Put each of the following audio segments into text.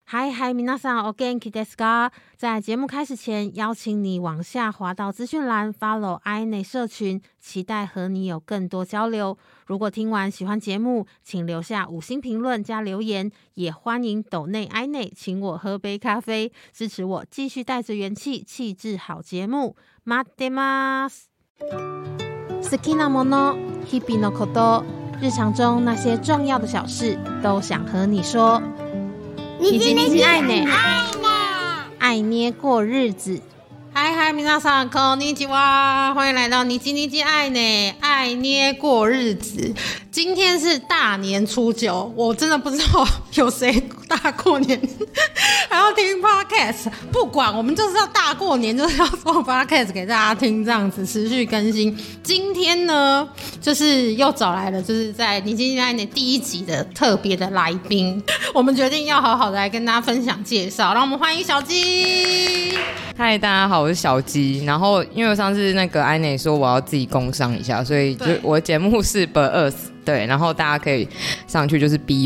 嗨嗨，皆さんお元気ですか？在节目开始前，邀请你往下滑到资讯栏 follow INET 社群，期待和你有更多交流。如果听完喜欢节目，请留下5星评论加留言，也欢迎抖内 INET 请我喝杯咖啡，支持我继续带着元气气质好节目。待ってます。好きなもの、日々のこと、日常中那些重要的小事，都想和你说。你今天爱呢？爱捏过日子。嗨嗨，皆さんこんにちは，欢迎来到你今天爱呢，爱捏过日子。今天是大年初9，我真的不知道有谁大过年还要听 podcast， 不管，我们就是要大过年，就是要做 podcast 给大家听，这样子持续更新。今天呢，就是又找来了，就是在你今天爱呢第1集的特别的来宾，我们决定要好好的来跟大家分享介绍，让我们欢迎小鸡。 嗨，大家好，我是小鸡。然后因为我上次那个INET说我要自己工商一下，所以就我的节目是 BUTUS， 对，然后大家可以上去就是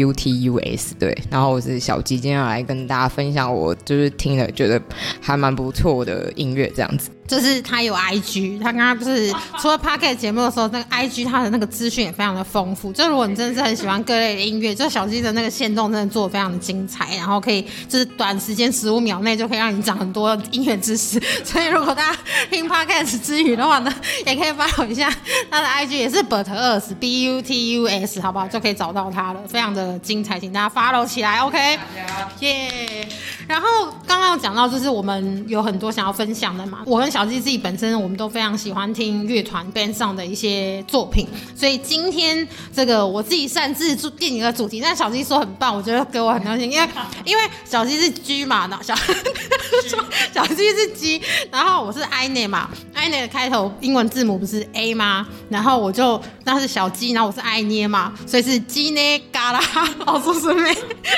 BUTUS， 对，然后我是小鸡，今天要来跟大家分享我就是听了觉得还蛮不错的音乐这样子。 就是他有 IG， 他刚刚就是除了 Podcast 节目的时候，那个 IG 他的那个资讯也非常的丰富。就如果你真的是很喜欢各类的音乐，就小鸡的那个限动真的做得非常的精彩，然后可以就是短时间15秒内就可以让你讲很多音乐知识。所以如果大家听 Podcast 之余的话呢，也可以 follow 一下他的 IG， 也是 BUTUS BUTUS， 好不好？就可以找到他了，非常的精彩，请大家 follow 起来 ，OK？ 耶！然后刚刚有讲到，就是我们有很多想要分享的嘛，我跟小鸡自己本身我们都非常喜欢听乐团 band 上的一些作品，所以今天这个我自己擅自定一个主题，但小鸡说很棒，我觉得给我很高兴，因为小鸡是 G 嘛，小鸡是 G， 然后我是 INET 嘛，INET 的开头英文字母不是 A 吗？然后我就那是小鸡，然后我是爱捏嘛，所以是鸡捏嘎啦，好说是妹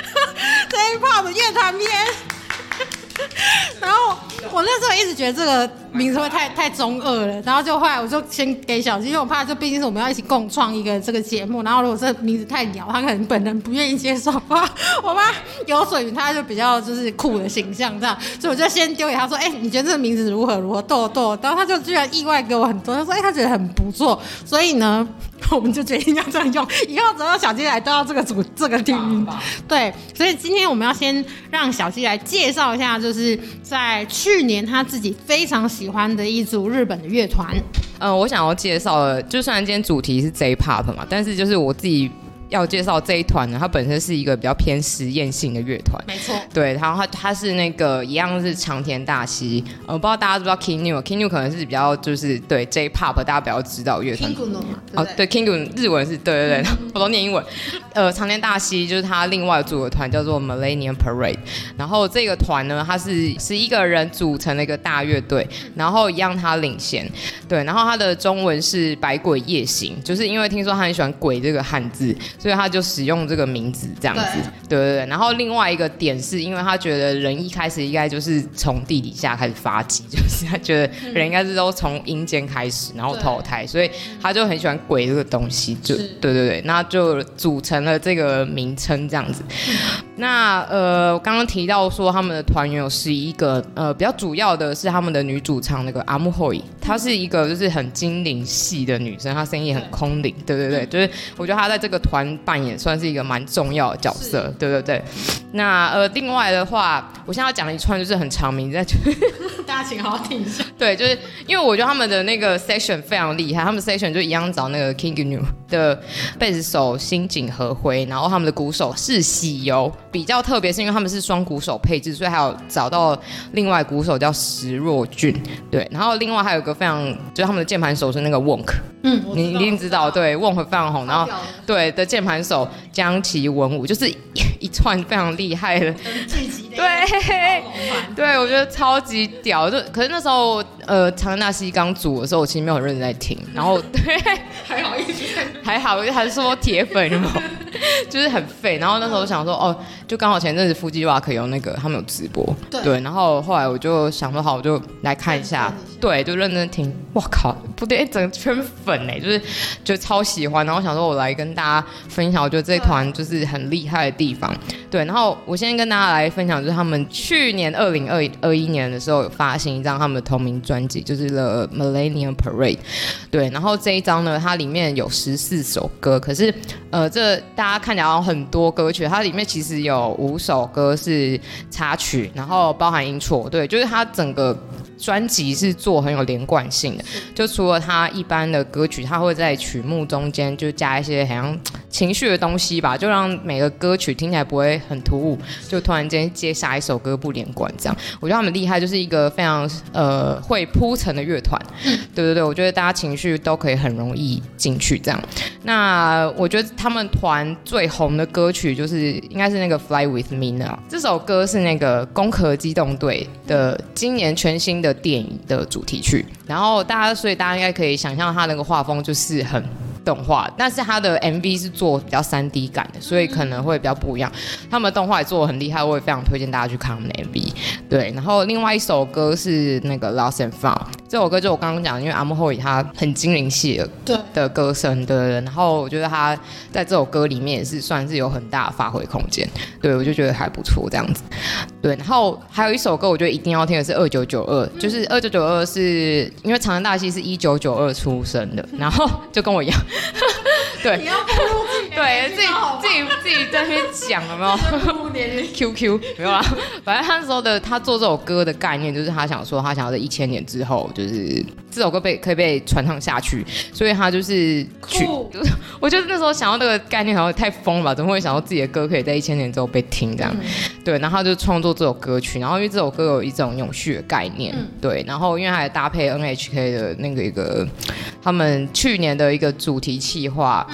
，J-pop 乐团篇。然后我那时候一直觉得这个名字会太中二了，然后就后来我就先给小鸡，因为我怕就毕竟是我们要一起共创一个这个节目，然后如果这个名字太鸟，他可能本人不愿意接受，我怕有水云他就比较就是酷的形象这样，所以我就先丢给他说，你觉得这个名字如何？逗，然后他就居然意外给我很多，他说他觉得很不错，所以呢我们就决定要这样用，以后只要小鸡来都要这个题目。对，所以今天我们要先让小鸡来介绍一下，就是在去年他自己非常喜欢的一组日本的乐团。 我想要介绍的，就虽然今天主题是 J-pop 嘛，但是就是我自己要介绍这一团呢，它本身是一个比较偏实验性的乐团， 没错， 对，然后它是那个一样是长田大希，不知道大家知不知道 KingNu 可能是比较就是对 J-pop 大家比较知道乐团， KingNu 哦对 KingNu 日文是对，我都念英文，长田大希就是他另外组的团叫做 Millennium Parade， 然后这个团呢，它是11个人组成的一个大乐队，然后一样他领衔，对，然后他的中文是百鬼夜行，就是因为听说他很喜欢鬼这个汉字。所以他就使用这个名字这样子，对。然后另外一个点是因为他觉得人一开始应该就是从地底下开始发迹，就是他觉得人应该是都从阴间开始，然后投胎，所以他就很喜欢鬼这个东西，就对，那就组成了这个名称这样子。那我刚刚提到说他们的团员有11个，比较主要的是他们的女主唱那个阿木惠，她是一个就是很精灵系的女生，她声音也很空灵，对，就是我觉得她在这个团扮演算是一个蛮重要的角色，对。那另外的话，我现在要讲一串就是很长名， 大家请好好听一下。 对，就是因为我觉得他们的那个 section 非常厉害，他们 section 就一样找那个 KingNu 的贝斯手新井和辉，然后他们的鼓手是喜由，比较特别是因为他们是双鼓手配置，所以还有找到另外鼓手叫石若俊，对，然后另外还有一个非常就是他们的键盘手是那个 Wonk， 你一定知道，对 Wonk 非常红，然后对的键盘手江崎文武，就是一串非常厉害的， 对， 我觉得超级屌。可是那时候长安大溪刚组的时候，我其实没有很认真在听，然后对， 还好一直还好，还说铁粉有没有？就是很废。然后那时候我想说，哦，就刚好前阵子Fuji Rock 有那个他们有直播，对。然后后来我就想说，好，我就来看一下，对，就认真听。哇靠，不对，整个圈粉哎，就超喜欢。然后想说，我来跟大家分享，我觉得这一团就是很厉害的地方。对，然后我先跟大家来分享，就是他们去年2021年的时候有发行一张他们的同名专辑，就是 The Millennium Parade。对，然后这一张呢，它里面有14首歌，可是这大家看起来有很多歌曲，它里面其实有5首歌是插曲，然后包含intro。对，就是它整个专辑是做很有连贯性的，就除了它一般的歌曲，它会在曲目中间就加一些好像情绪的东西吧，就让每个歌曲听起来不会很突兀，就突然间接下一首歌不连贯这样。我觉得他们厉害，就是一个非常会铺陈的乐团。对，我觉得大家情绪都可以很容易进去这样。那我觉得他们团最红的歌曲就是应该是那个 Fly With Me 呢，这首歌是那个攻壳机动队的今年全新的电影的主题曲。然后所以大家应该可以想象他那个画风就是很动画，但是他的 MV 是做比较 3D 感的，所以可能会比较不一样。他们的动画也做得很厉害，我也非常推荐大家去看他们的 MV。对，然后另外一首歌是那个 Lost and Found， 这首歌就我刚刚讲，因为阿莫后里他很精灵系的歌声，对，然后我觉得他在这首歌里面也是算是有很大的发挥空间，对，我就觉得还不错这样子。对，然后还有一首歌我觉得一定要听的是2992，就是2992是因为长安大溪是1992出生的，然后就跟我一样。对， 你要暴露自己， 对自己在那边讲有没有？QQ 没有啦，反正他那时候他做这首歌的概念就是他想说他想要在1000年之后，就是这首歌可以被传唱下去，所以他就是我觉得那时候想到那个概念好像太疯了吧，怎么会想到自己的歌可以在1000年之后被听这样？对，然后他就创作这首歌曲，然后因为这首歌有一种永续的概念，对，然后因为还搭配 NHK 的那个一个他们去年的一个主题企划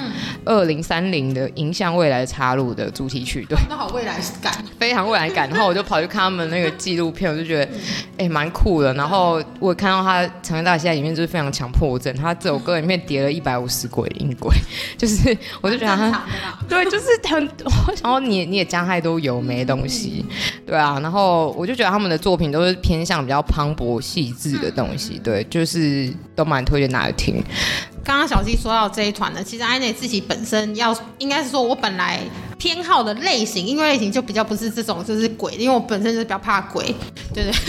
，2030的迎向未来插入的主题曲，对， 那好未来感， 非常未来感。然后我就跑去看他们那个纪录片，我就觉得蛮酷的。然后我也看到他长安大溪在里面就是非常强迫症，他这首歌里面叠了150轨音轨，就是我就觉得他对，就是很，我想说你也加太多油没东西，对啊。然后我就觉得他们的作品都是偏向比较磅礴细致的东西，对，就是都蛮推荐大家听。 刚刚小鸡说到这一团呢，其实iNet自己本身应该是说我本来偏好的类型，音乐类型就比较不是这种就是鬼，因为我本身就是比较怕鬼，对不对？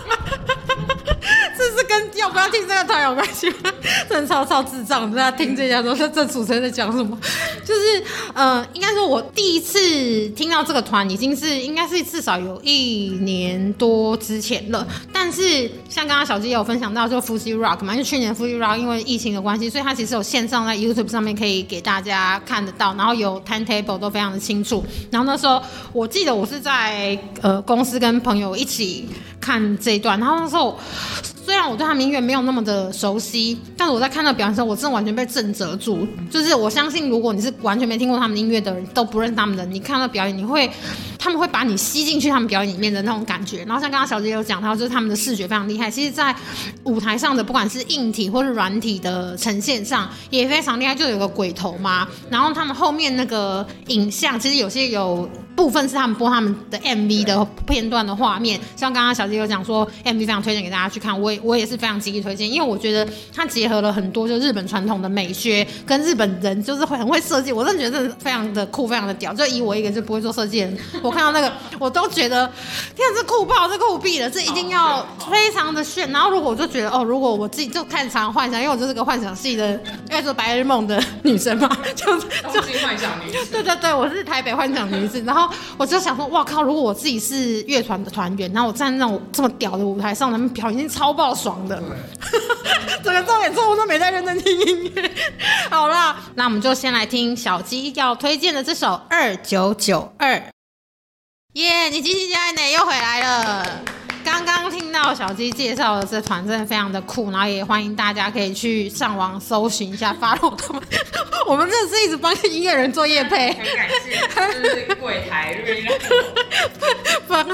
这是跟要不要听这个团有关系吗？真的超智障！大家听这家说这主持人在讲什么？就是应该说我第一次听到这个团已经是应该是至少有1年多之前了。但是像刚刚小鸡也有分享到，就 Fuji Rock 嘛，因为去年 Fuji Rock 因为疫情的关系，所以它其实有线上在 YouTube 上面可以给大家看得到，然后有 timetable 都非常的清楚。然后那时候我记得我是在公司跟朋友一起看这一段，然后那时候虽然我对他们音乐没有那么的熟悉，但是我在看到表演的时候，我真的完全被震慑住。就是我相信，如果你是完全没听过他们音乐的人，都不认识他们的，你看到表演，他们会把你吸进去他们表演里面的那种感觉。然后像刚刚小姐有讲到，就是他们的视觉非常厉害，其实在舞台上的不管是硬体或是软体的呈现上也非常厉害，就有个鬼头嘛。然后他们后面那个影像，其实有部分是他们播他们的 MV 的片段的画面，像刚刚小姐有讲说 MV 非常推荐给大家去看，我也是非常极力推荐，因为我觉得它结合了很多就日本传统的美学跟日本人就是很会设计，我真的觉得这非常的酷，非常的屌。就以我一个就不会做设计的人，我看到那个我都觉得天啊，这酷爆，这酷毙了，这一定要非常的炫。然后如果我就觉得如果我自己就开始常幻想，因为我就是个幻想系的，应该说白日梦的女生嘛，就幻想女子， 对，我是台北幻想女子。然后我就想说，哇靠，如果我自己是乐团的团员，然后我站在那种这么屌的舞台上，他们表演超爆爽的。整个重点错误都没在认真听音乐。好啦，那我们就先来听小鸡要推荐的这首2992。耶，你叽叽喳呢又回来了。刚刚听到小鸡介绍的这团真的非常的酷，然后也欢迎大家可以去上网搜寻一下follow他们。我们真的是一直帮音乐人做业配， 很感谢，就是柜台帮他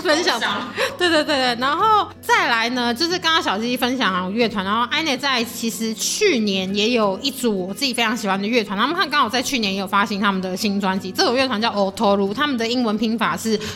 分享。对对对对，然后再来呢，就是刚刚小鸡分享乐团，然后 iNet 在其实去年也有一组我自己非常喜欢的乐团，他们刚好在去年也有发行他们的新专辑，这个乐团叫 Otoru， 他们的英文拼法是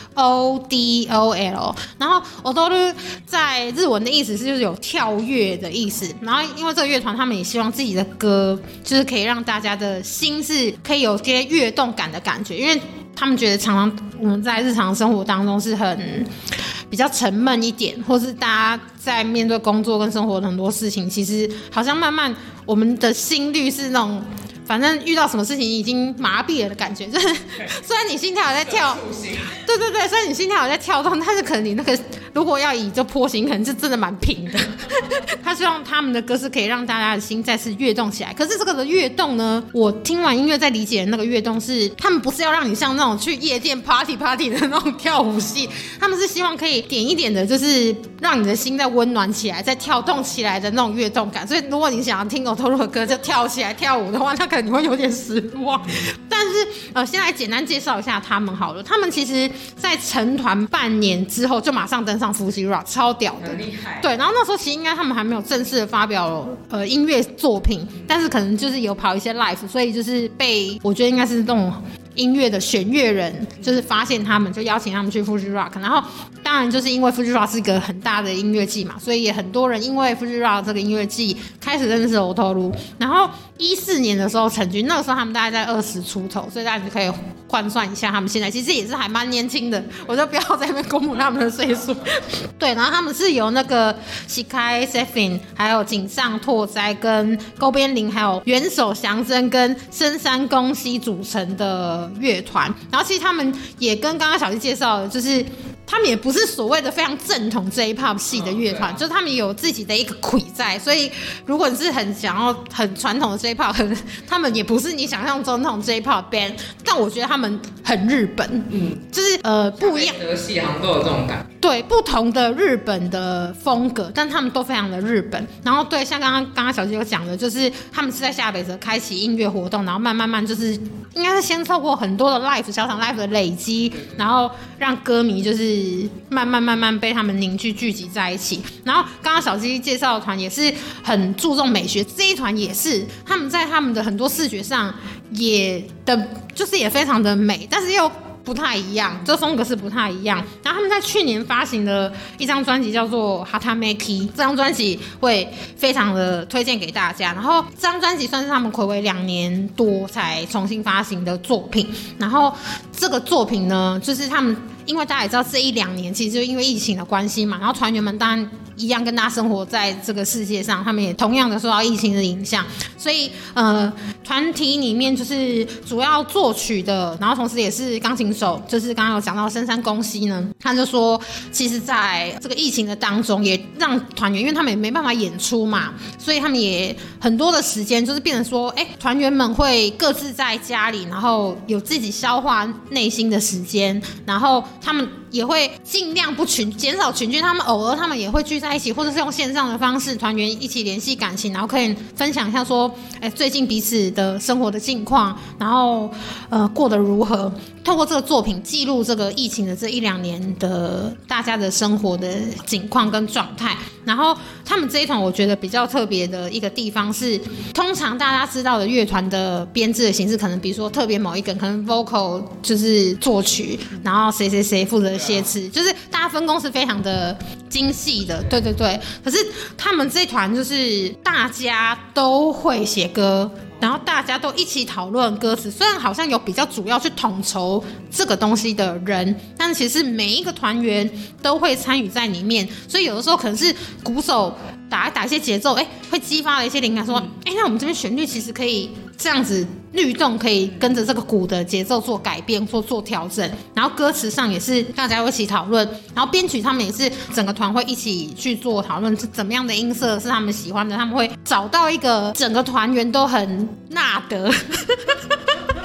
ODOL， 然后 Otoru 在日文的意思是就是有跳跃的意思，然后因为这个乐团他们也希望自己的歌就是可以让大家的心是可以有些跃动感的感觉，因为他们觉得常常我们在日常生活当中是很比较沉闷一点，或是大家在面对工作跟生活的很多事情，其实好像慢慢我们的心率是那种反正遇到什么事情已经麻痹了的感觉，就是虽然你心跳有在跳，对对对，虽然你心跳有在跳动，但是可能你那个如果要以就波形，可能是真的蛮平的。他希望他们的歌是可以让大家的心再次跃动起来。可是这个的跃动呢，我听完音乐在理解的那个跃动是，他们不是要让你像那种去夜店 party 的那种跳舞戏，他们是希望可以点一点的，就是让你的心再温暖起来，再跳动起来的那种跃动感。所以如果你想要听Otoru的歌就跳起来跳舞的话，那可能你会有点失望。但是现在简单介绍一下他们好了。他们其实在成团半年之后就马上登上 Fuji Rock， 超屌的，很厉害。对，然后那时候其实应该他们还没有正式的发表音乐作品，但是可能就是有跑一些 live， 所以就是被我觉得应该是那种音乐的弦乐人就是发现他们，就邀请他们去 Fuji Rock。 然后当然就是因为 Fuji Rock 是一个很大的音乐季嘛，所以也很多人因为 Fuji Rock 这个音乐季开始认识Otoru。然后14年的时候成军，那个时候他们大概在20出头，所以大家就可以换算一下他们现在其实也是还蛮年轻的，我就不要在那边公布他们的岁数。对，然后他们是由那个Shikai Sefin 还有井上拓哉跟沟边绫还有元首祥真跟深山恭希组成的乐团。然后其实他们也跟刚刚小鸡介绍的，就是他们也不是所谓的非常正统 J-pop 系的乐团，就是他们有自己的一个轨在，所以如果你是很想要很传统的 J-pop， 他们也不是你想象中那种 J-pop band， 但我觉得他们很日本，就是不一样， 德系好像都有这种感觉， 对，不同的日本的风格，但他们都非常的日本。然后对，像刚刚小鸡有讲的，就是他们是在下北泽开启音乐活动，然后慢慢就是应该是先透过很多的 live 小场 live 的累积，然后让歌迷就是慢慢被他们凝聚聚集在一起。然后刚刚小鸡介绍的团也是很注重美学，这一团也是他们在他们的很多视觉上就是也非常的美，但是又不太一样，这风格是不太一样。然后他们在去年发行的一张专辑叫做 Hatameki， 这张专辑会非常的推荐给大家。然后这张专辑算是他们睽违2年多才重新发行的作品。然后这个作品呢，就是他们因为大家也知道这1-2年其实就因为疫情的关系嘛，然后团员们当然一样跟大家生活在这个世界上，他们也同样的受到疫情的影响，所以团体里面就是主要作曲的，然后同时也是钢琴手，就是刚刚有讲到深山恭希呢，他就说其实在这个疫情的当中也让团员，因为他们也没办法演出嘛，所以他们也很多的时间就是变成说团员们会各自在家里，然后有自己消化内心的时间，然后他们也会尽量减少群聚，他们偶尔他们也会聚在一起，或者是用线上的方式，团员一起联系感情，然后可以分享一下说，最近彼此的生活的近况，然后过得如何。透过这个作品记录这个疫情的这1-2年的大家的生活的景况跟状态。然后他们这一团我觉得比较特别的一个地方是，通常大家知道的乐团的编制的形式，可能比如说特别某一个可能 vocal 就是作曲，然后谁负责写词，就是大家分工是非常的精细的，对对对。可是他们这一团就是大家都会写歌，然后大家都一起讨论歌词，虽然好像有比较主要去统筹这个东西的人，但其实每一个团员都会参与在里面，所以有的时候可能是鼓手打一些节奏，会激发了一些灵感，说，那我们这边旋律其实可以这样子律动，可以跟着这个鼓的节奏做改变或做调整。然后歌词上也是大家会一起讨论，然后编曲他们也是整个团会一起去做讨论，是怎么样的音色是他们喜欢的，他们会找到一个整个团员都很纳得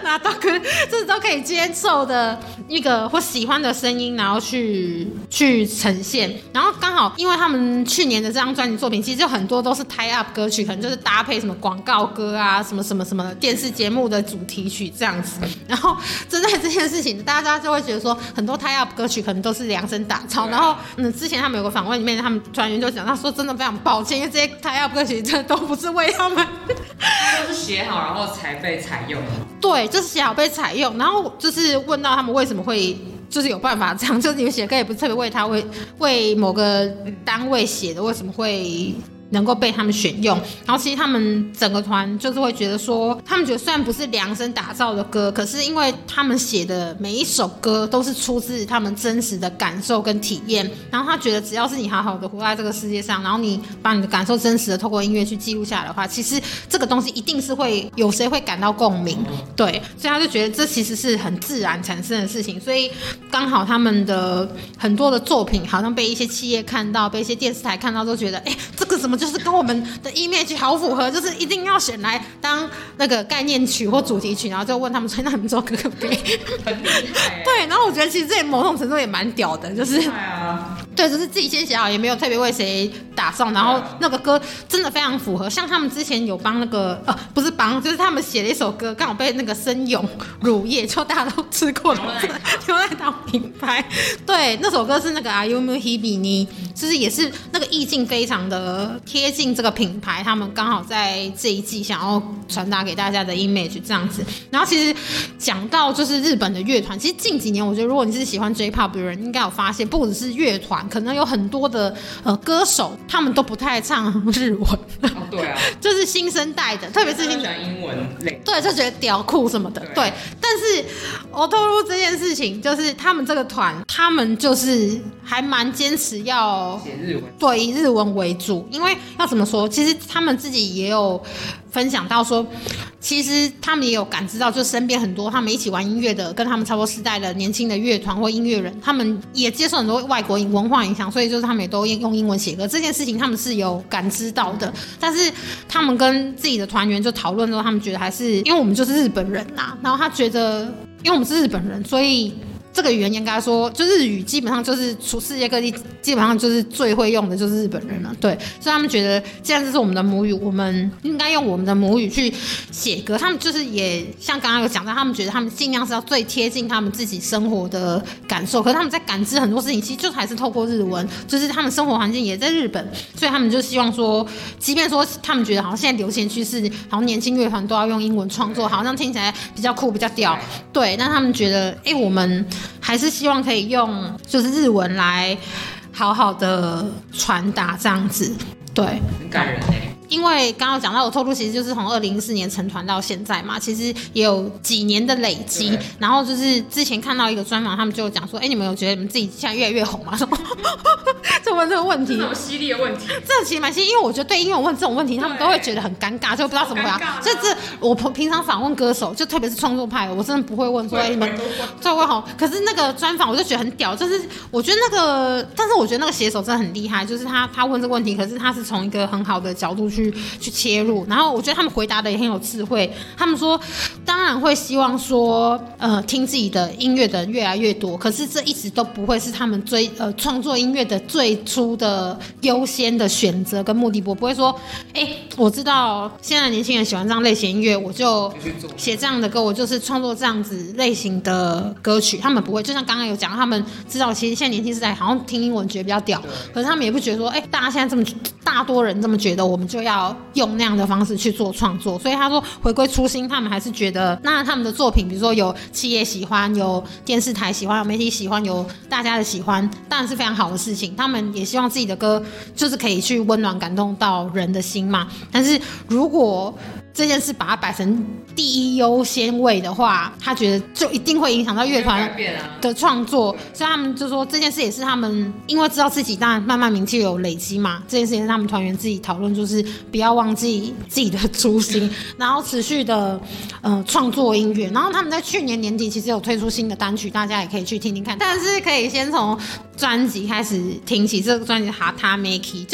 拿到这都可以接受的一个或喜欢的声音，然后去呈现。然后刚好因为他们去年的这张专辑作品，其实就很多都是 tie up 歌曲，可能就是搭配什么广告歌啊，什么什么什么电视节目的主题曲这样子。然后针对这件事情，大家就会觉得说，很多 tie up 歌曲可能都是量身打造。然后之前他们有个访问里面，他们团员就讲，他说真的非常抱歉，因为这些 tie up 歌曲真的都不是为他们， 都是写好然后才被采用。 对，就是写好被采用。然后就是问到他们为什么会就是有办法这样，就是你们写歌也不是特别为他为某个单位写的，为什么会能够被他们选用？然后其实他们整个团就是会觉得说，他们觉得虽然不是量身打造的歌，可是因为他们写的每一首歌都是出自他们真实的感受跟体验，然后他觉得只要是你好好的活在这个世界上，然后你把你的感受真实的透过音乐去记录下来的话，其实这个东西一定是会有谁会感到共鸣，对，所以他就觉得这其实是很自然产生的事情。所以刚好他们的很多的作品好像被一些企业看到，被一些电视台看到，都觉得这个怎么就是跟我们的 image 好符合，就是一定要选来当那个概念曲或主题曲，然后就问他们说，那你们这首歌可不可以？ 很厉害。 对，然后我觉得其实这某种程度也蛮屌的，就是对，就是自己先写好，也没有特别为谁打上，然后那个歌真的非常符合。像他们之前有帮那个不是帮，就是他们写了一首歌，刚好被那个森永乳业，就大家都吃过的牛奶糖品牌。对，那首歌是那个 Ayumu Hibini， 就是也是那个意境非常的贴近这个品牌，他们刚好在这一季想要传达给大家的 image 这样子。然后其实讲到就是日本的乐团，其实近几年我觉得如果你是喜欢 J-Pop 的人，应该有发现，不只是乐团，可能有很多的歌手他们都不太唱日文。 对啊， 就是新生代的，特别是喜欢英文类， 对，就觉得屌酷什么的，对。但是我透露这件事情，就是他们这个团，他们就是还蛮坚持要写日文， 对，以日文为主。因为要怎么说，其实他们自己也有分享到说，其实他们也有感知到，就身边很多他们一起玩音乐的，跟他们差不多世代的年轻的乐团或音乐人，他们也接受很多外国文化影响，所以就是他们也都用英文写歌。这件事情他们是有感知到的，但是他们跟自己的团员就讨论之后，他们觉得还是因为我们就是日本人呐，然后他觉得因为我们是日本人，所以这个语言应该说，就日语基本上就是除世界各地基本上就是最会用的就是日本人了，对，所以他们觉得既然这是我们的母语，我们应该用我们的母语去写歌。他们就是也像刚刚有讲到，他们觉得他们尽量是要最贴近他们自己生活的感受，可是他们在感知很多事情，其实就还是透过日文，就是他们生活环境也在日本，所以他们就希望说，即便说他们觉得好像现在流行趋势，好像年轻乐团都要用英文创作，好像听起来比较酷比较屌，对，但他们觉得我们还是希望可以用就是日文来好好的传达这样子，对， 很感人因为刚刚讲到我透露，其实就是从2014年成团到现在嘛，其实也有几年的累积。然后就是之前看到一个专访，他们就讲说，你们有觉得你们自己现在越来越红吗？就问这个问题， 这种犀利的问题， 这其实蛮犀利，因为我觉得对音乐问这种问题，他们都会觉得很尴尬，就不知道怎么回答。所以这我平常访问歌手，就特别是创作派的，我真的不会问说，你们最会红。可是那个专访我就觉得很屌，就是我觉得那个，但是我觉得那个写手真的很厉害，就是他问这个问题，可是他是从一个很好的角度去切入，然后我觉得他们回答的也很有智慧。他们说，当然会希望说，听自己的音乐的人越来越多，可是这一直都不会是他们创作音乐的最初的优先的选择跟目的。我不会说，我知道现在年轻人喜欢这样类型音乐，我就写这样的歌，我就是创作这样子类型的歌曲。他们不会，就像刚刚有讲，他们知道其实现在年轻时代好像听英文觉得比较屌，可是他们也不觉得说，大家现在这么大多人这么觉得，我们就要用那样的方式去做创作。所以他说回归初心，他们还是觉得那他们的作品比如说有企业喜欢，有电视台喜欢，有媒体喜欢，有大家的喜欢，当然是非常好的事情。他们也希望自己的歌就是可以去温暖感动到人的心嘛。但是如果这件事把它摆成第一优先位的话，他觉得就一定会影响到乐团的创作，所以他们就说这件事也是他们因为知道自己当然慢慢名气有累积嘛，这件事也是他们团员自己讨论，就是不要忘记自己的初心，然后持续的创作音乐。然后他们在去年年底其实有推出新的单曲，大家也可以去听听看，但是可以先从专辑开始听起。这个专辑 Hatameki 就是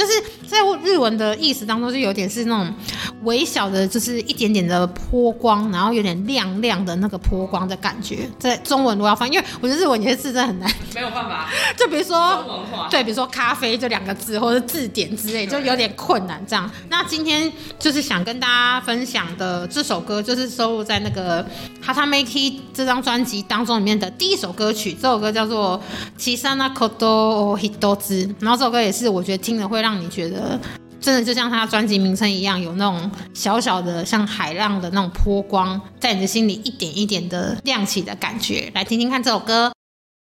在日文的意思当中就有点是那种微小的，就是一点点的波光，然后有点亮亮的那个波光的感觉。在中文如果要翻，因为我觉得日文有些字真的很难， 没有办法。 就比如说中文化， 对，比如说咖啡就2个字，或者字典之类，就有点困难这样。那今天就是想跟大家分享的这首歌，就是收录在那个 Hatameki 这张专辑当中里面的第一首歌曲。这首歌叫做小さなことを一つ，然后这首歌也是我觉得听了会让你觉得真的就像他专辑名称一样，有那种小小的像海浪的那种波光，在你的心里一点一点的亮起的感觉。来听听看这首歌。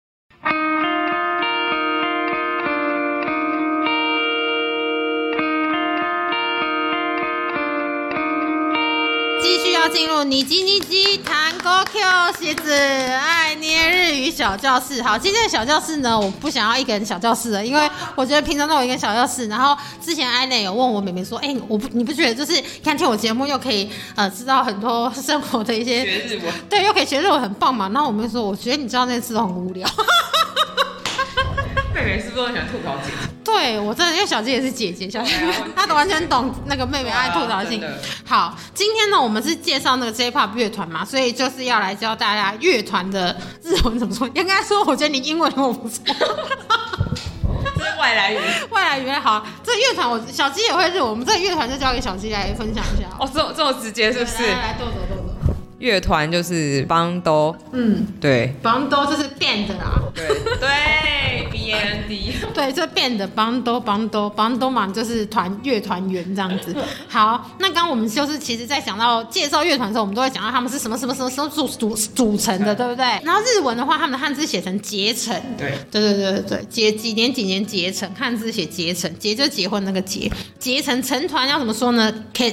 继续要进入你叽你叽弹歌 Q 鞋子爱捏日语小教室。好，今天的小教室呢，我不想要一个人小教室了，因为我觉得平常都有一个小教室。然后之前艾蕾有问我妹妹说，你不觉得就是看听我节目又可以知道很多生活的一些学日文， 对，又可以学日文，很棒嘛？然后我妹说，我觉得你知道那件事都很无聊。 妹妹是不是都很喜欢吐槽姐姐？ 对，我真的，因为小姐也是姐姐，小姐她完全懂那个妹妹爱吐槽性。好，今天呢，我们是介绍那个 J-Pop 乐团嘛，所以就是要来教大家乐团的日文怎么说。应该说，我觉得你英文我不错。 这是外来语， 外来语好。这个乐团小鸡也会日文，我们这个乐团就交给小鸡来分享一下。 哦，这么直接是不是？ 来，豆豆。 乐团就是 bando， 对 ，bando 就是 band 啦， 对 B A N D， 对，这 band bando 嘛，就是乐团员这样子。好，那刚刚我们就是其实在讲到介绍乐团的时候，我们都会讲到他们是什么组成的，对不对？然后日文的话，他们的汉字写成结成，对，几年结成，汉字写结成，结就是结婚那个结，结成成团要怎么说呢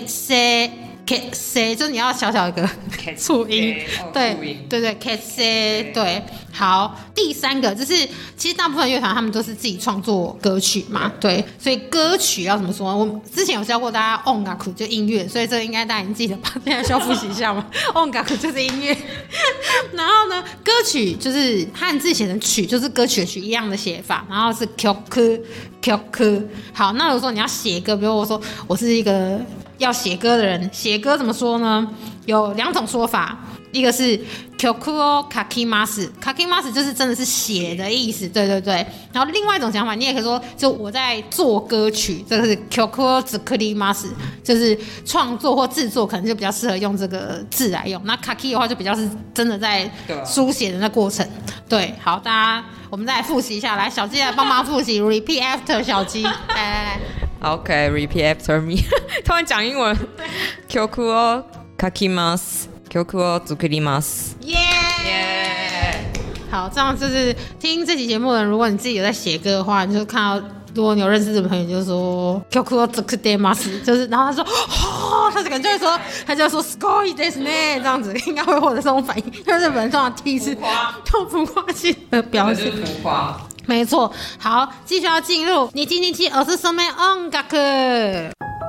？K 就是你要小小一个促音，对 ，K 对，好，第三个就是其实大部分乐团他们都是自己创作歌曲嘛，对，所以歌曲要怎么说？我之前有教过大家音楽就音乐，所以这个应该大家已经记得吧？现在需要复习一下嘛，音乐就是音乐，然后呢，歌曲就是汉字写成曲，就是歌曲的曲一样的写法，然后是 曲，好，那如果说你要写歌，比如我说我是一个要写歌的人，写歌怎么说呢？有2种说法，一个是 kyoko kakimasu 就是真的是写的意思，对。然后另外一种讲法，你也可以说，就我在做歌曲，这个是 kyoko zukurimasu， 就是创作或制作，可能就比较适合用这个字来用。那 kaki 的话，就比较是真的在书写的那过程。对，好，大家我们再来复习一下，来，小鸡来帮忙复习 ，repeat after 小鸡，来。 OK, repeat after me 。突然讲英文。曲を書きます。曲を作ります。 耶！好，这样就是听这期节目的人，如果你自己有在写歌的话，你就看到，如果你有认識的朋友，就说曲を作ります，就是，然后他说，他可能就会说，すごいですね，这样子应该会获得这种反应，因为日本人通常第一次用浮夸性的表现， 就是浮夸。 没错，好，继续要进入你今天おすすめ音楽。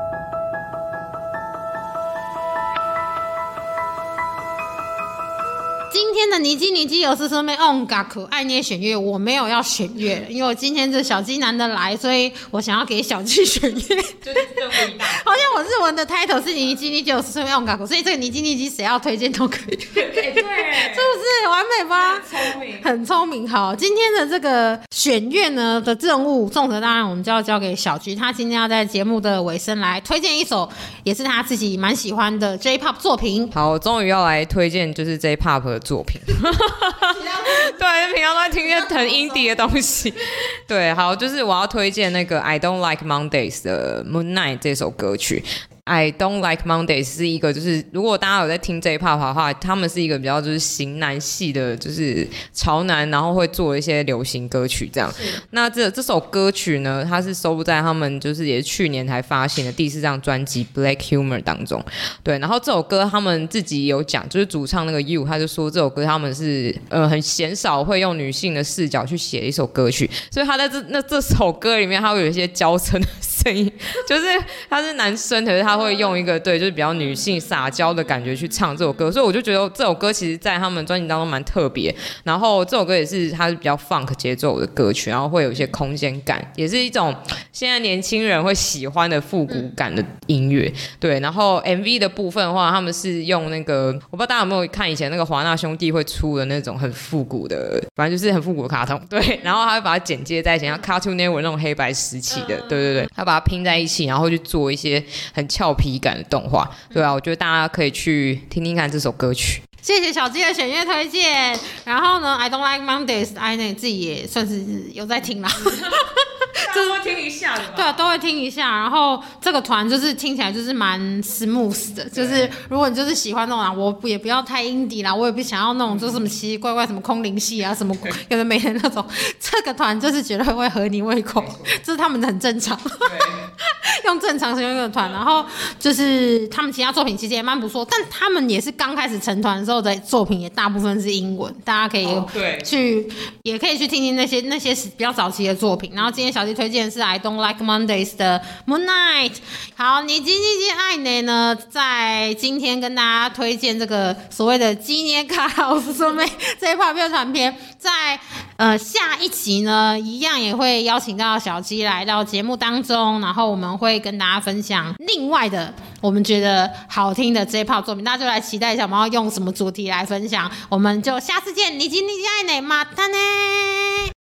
今天的尼基有是说没爱捏选乐，我没有要选乐，因为我今天是小鸡难得来，所以我想要给小鸡选乐。就是任务一大。好像我日文的 title 是尼基有是说没所以这个尼基谁要推荐都可以。对，是不是完美吧？很聪明。好，今天的这个选乐呢的任务，重责当然我们就要交给小菊，他今天要在节目的尾声来推荐一首，也是他自己蛮喜欢的 J-Pop 作品。 好，我终于要来推荐就是 J-Pop 的作品。对，平常都在听一些很 indie 的东西。对，好，就是我要推荐那个 I Don't Like Mondays 的 Moonlight 这首歌曲。I Don't Like Mondays 是一个，就是如果大家有在听 J-Pop 的话，他们是一个比较就是型男系的，就是潮男，然后会做一些流行歌曲这样。那这首歌曲呢，它是收录在他们就是也是去年才发行的第4张专辑 Black Humor 当中。对，然后这首歌他们自己有讲，就是主唱那个 You 他就说这首歌他们是很鲜少会用女性的视角去写一首歌曲，所以他在这首歌里面他会有一些娇嗔的声音，就是他是男生，可是他会用一个对，就是比较女性撒娇的感觉去唱这首歌，所以我就觉得这首歌其实在他们专辑当中蛮特别。然后这首歌也是它是比较 funk 节奏的歌曲，然后会有一些空间感，也是一种现在年轻人会喜欢的复古感的音乐。对，然后 MV 的部分的话，他们是用那个我不知道大家有没有看以前那个华纳兄弟会出的那种很复古的，反正就是很复古的卡通。对，然后他会把它剪接在一起，像 Cartoon Network 那种黑白时期的，对，他把它拼在一起，然后去做一些很俏皮感的动画。对啊，我觉得大家可以去听听看这首歌曲。 谢谢小鸡的选乐推荐。然后呢 ，I don't like Mondays， 艾内自己也算是有在听啦。 都会听一下的吧？ 对啊，都会听一下。然后这个团就是听起来就是蛮 smooth 的，就是如果你就是喜欢那种我也不要太 indie 啦，我也不想要那种就是什么奇奇怪怪什么空灵系啊什么有的没的那种，这个团就是绝对会合你胃口，这是他们的很正常。用正常形容一个团，然后就是他们其他作品其实也蛮不错，但他们也是刚开始成团的时候的作品也大部分是英文，大家可以也可以去听听那些比较早期的作品。然后今天小鸡推荐的是 I Don't Like Mondays 的 Moonlight。好，你今天爱你呢，在今天跟大家推荐这个所谓的纪念卡老师说妹这一 part 乐团篇，在下一集呢，一样也会邀请到小鸡来到节目当中，然后我们会跟大家分享另外的我们觉得好听的J-Pop作品，大家就来期待一下我们要用什么主题来分享。我们就下次见，你今天爱你，马达呢。